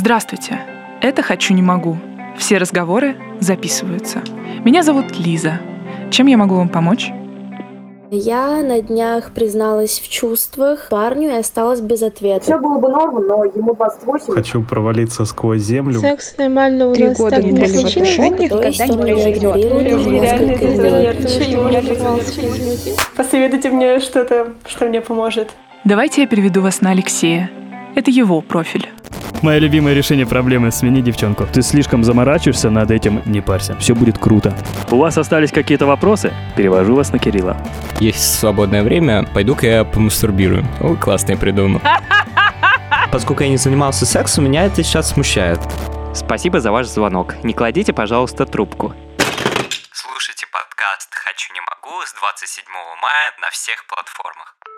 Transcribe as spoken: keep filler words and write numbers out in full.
Здравствуйте, это «Хочу, не могу». Все разговоры записываются. Меня зовут Лиза. Чем я могу вам помочь? Я на днях призналась в чувствах парню и осталась без ответа. Все было бы норм, но ему двадцать восемь. Хочу провалиться сквозь землю. Секс нормально у Три нас года так не не были в отношениях, То есть никогда он не меня игнорирует уже несколько дней. Посоветуйте мне что-то, что мне поможет. Давайте я переведу вас на Алексея. Это его профиль. Мое любимое решение проблемы — смени девчонку. Ты слишком заморачиваешься над этим, не парься. Все будет круто. У вас остались какие-то вопросы? Перевожу вас на Кирилла. Есть свободное время, пойду-ка я помастурбирую. О, классно я придумал. Поскольку я не занимался сексом, меня это сейчас смущает. Спасибо за ваш звонок. Не кладите, пожалуйста, трубку. Слушайте подкаст «Хочу, не могу» с двадцать седьмого мая на всех платформах.